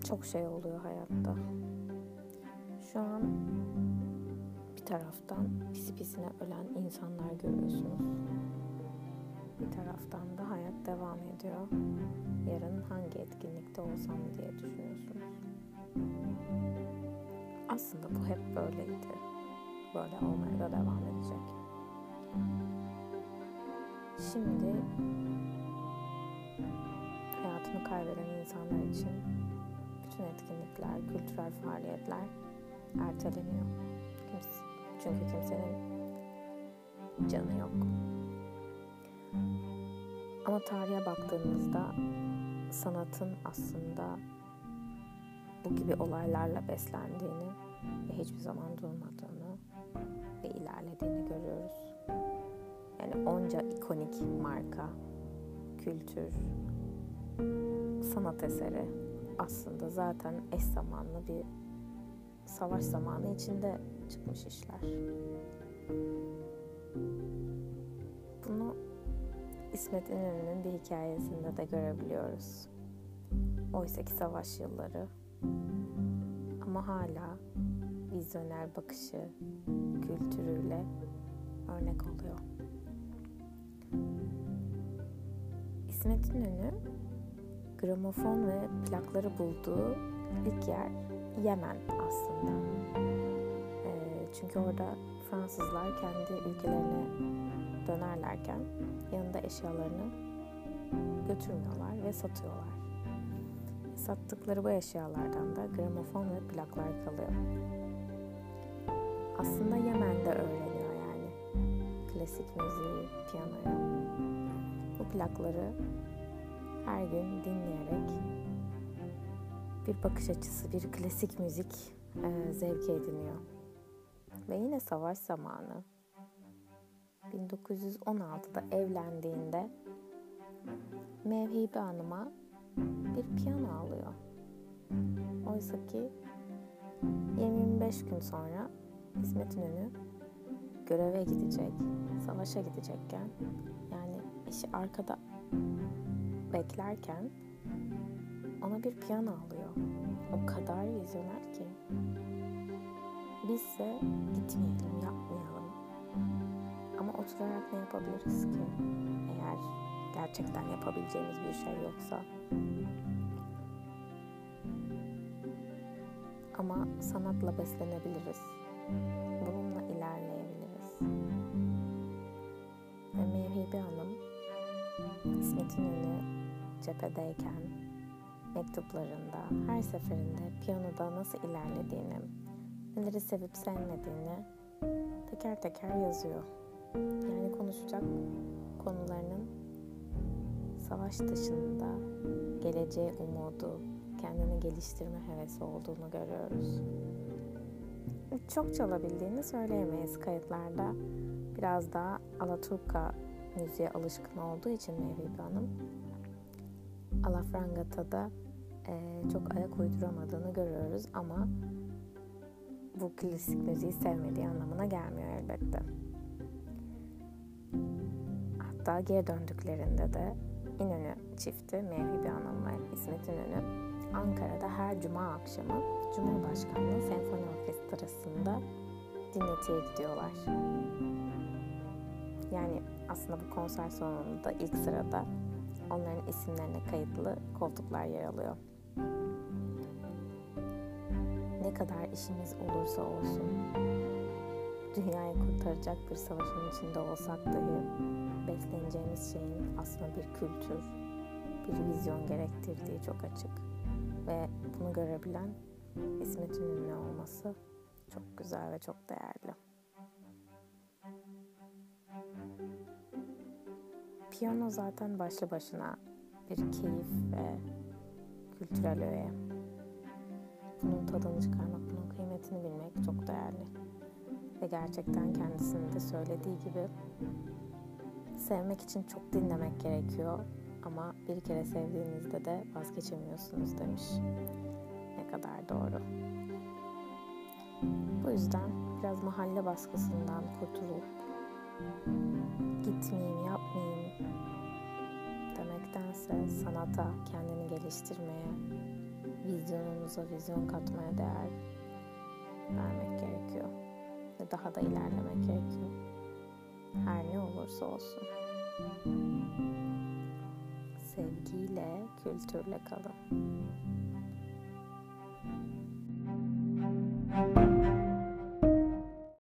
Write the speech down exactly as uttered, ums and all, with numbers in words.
Çok şey oluyor hayatta. Şu an bir taraftan pisi pisine ölen insanlar görüyorsunuz. Bir taraftan da hayat devam ediyor. Yarın hangi etkinlikte olsam diye düşünüyorsunuz. Aslında bu hep böyleydi. Böyle olmaya da devam edecek. Şimdi hayatını kaybeden insanlar için bütün etkinlikler, kültürel faaliyetler erteleniyor. Çünkü kimsenin canı yok. Ama tarihe baktığımızda sanatın aslında bu gibi olaylarla beslendiğini ve hiçbir zaman durmadığını ve ilerlediğini görüyoruz. Yani onca ikonik marka, kültür, sanat eseri aslında zaten eş zamanlı bir savaş zamanı içinde çıkmış işler. Bunu İsmet İnönü'nün bir hikayesinde de görebiliyoruz. Oysaki savaş yılları ama hala vizyoner bakışı, kültürüyle örnek oluyor. İsmet İnönü gramofon ve plakları bulduğu ilk yer Yemen aslında. E, çünkü orada Fransızlar kendi ülkelerine dönerlerken yanında eşyalarını götürmüyorlar ve satıyorlar. Sattıkları bu eşyalardan da gramofon ve plaklar kalıyor. Aslında Yemen'de öğreniyor yani klasik müziği, piyanoyu. Bu plakları her gün dinleyerek bir bakış açısı, bir klasik müzik e, zevki ediniyor. Ve yine savaş zamanı bin dokuz yüz on altıda evlendiğinde Mevhibe Hanım'a bir piyano alıyor. Oysa ki yirmi yirmi beş gün sonra İsmet İnönü göreve gidecek, savaşa gidecekken, yani eşi arkada beklerken ona bir piyano alıyor. O kadar vizyoner ki. Bizse gitmeyelim, yapmayalım. Ama oturarak ne yapabiliriz ki? Eğer gerçekten yapabileceğimiz bir şey yoksa. Ama sanatla beslenebiliriz. Bununla ilerleyebiliriz. Ve Mevhibe Hanım İsmet İnönü cephedeyken mektuplarında her seferinde piyanoda nasıl ilerlediğini, neleri sevip sevmediğini teker teker yazıyor. Yani konuşacak konularının savaş dışında geleceğe umudu, kendini geliştirme hevesi olduğunu görüyoruz. Çok çalabildiğini söyleyemeyiz kayıtlarda. Biraz daha Alaturka müziğe alışkın olduğu için Mevhibe Hanım Alafrangata'da e, çok ayak uyduramadığını görüyoruz ama bu klasik müziği sevmediği anlamına gelmiyor elbette. Hatta geri döndüklerinde de İnönü çifti, Mevhibe Hanım ve İsmet İnönü Ankara'da her cuma akşamı Cumhurbaşkanlığı Senfoni Orkestrası'nda dinletiye gidiyorlar. Yani aslında bu konser sonunda ilk sırada onların isimlerine kayıtlı koltuklar yer alıyor. Ne kadar işimiz olursa olsun, dünyayı kurtaracak bir savaşın içinde olsak dahi besleneceğimiz şeyin aslında bir kültür, bir vizyon gerektirdiği çok açık. Ve bunu görebilen İsmet İnönü olması çok güzel ve çok değerli. Piyano zaten başlı başına bir keyif ve kültürel öğe. Bunun tadını çıkarmak, bunun kıymetini bilmek çok değerli. Ve gerçekten kendisinin de söylediği gibi sevmek için çok dinlemek gerekiyor ama bir kere sevdiğinizde de vazgeçemiyorsunuz demiş. Ne kadar doğru. Bu yüzden biraz mahalle baskısından kurtulup gitmeyeyim, yapmayayım demektense sanata, kendini geliştirmeye, vizyonunuza vizyon katmaya değer vermek gerekiyor. Ve daha da ilerlemek gerekiyor. Her ne olursa olsun. Sevgiyle, kültürle kalın.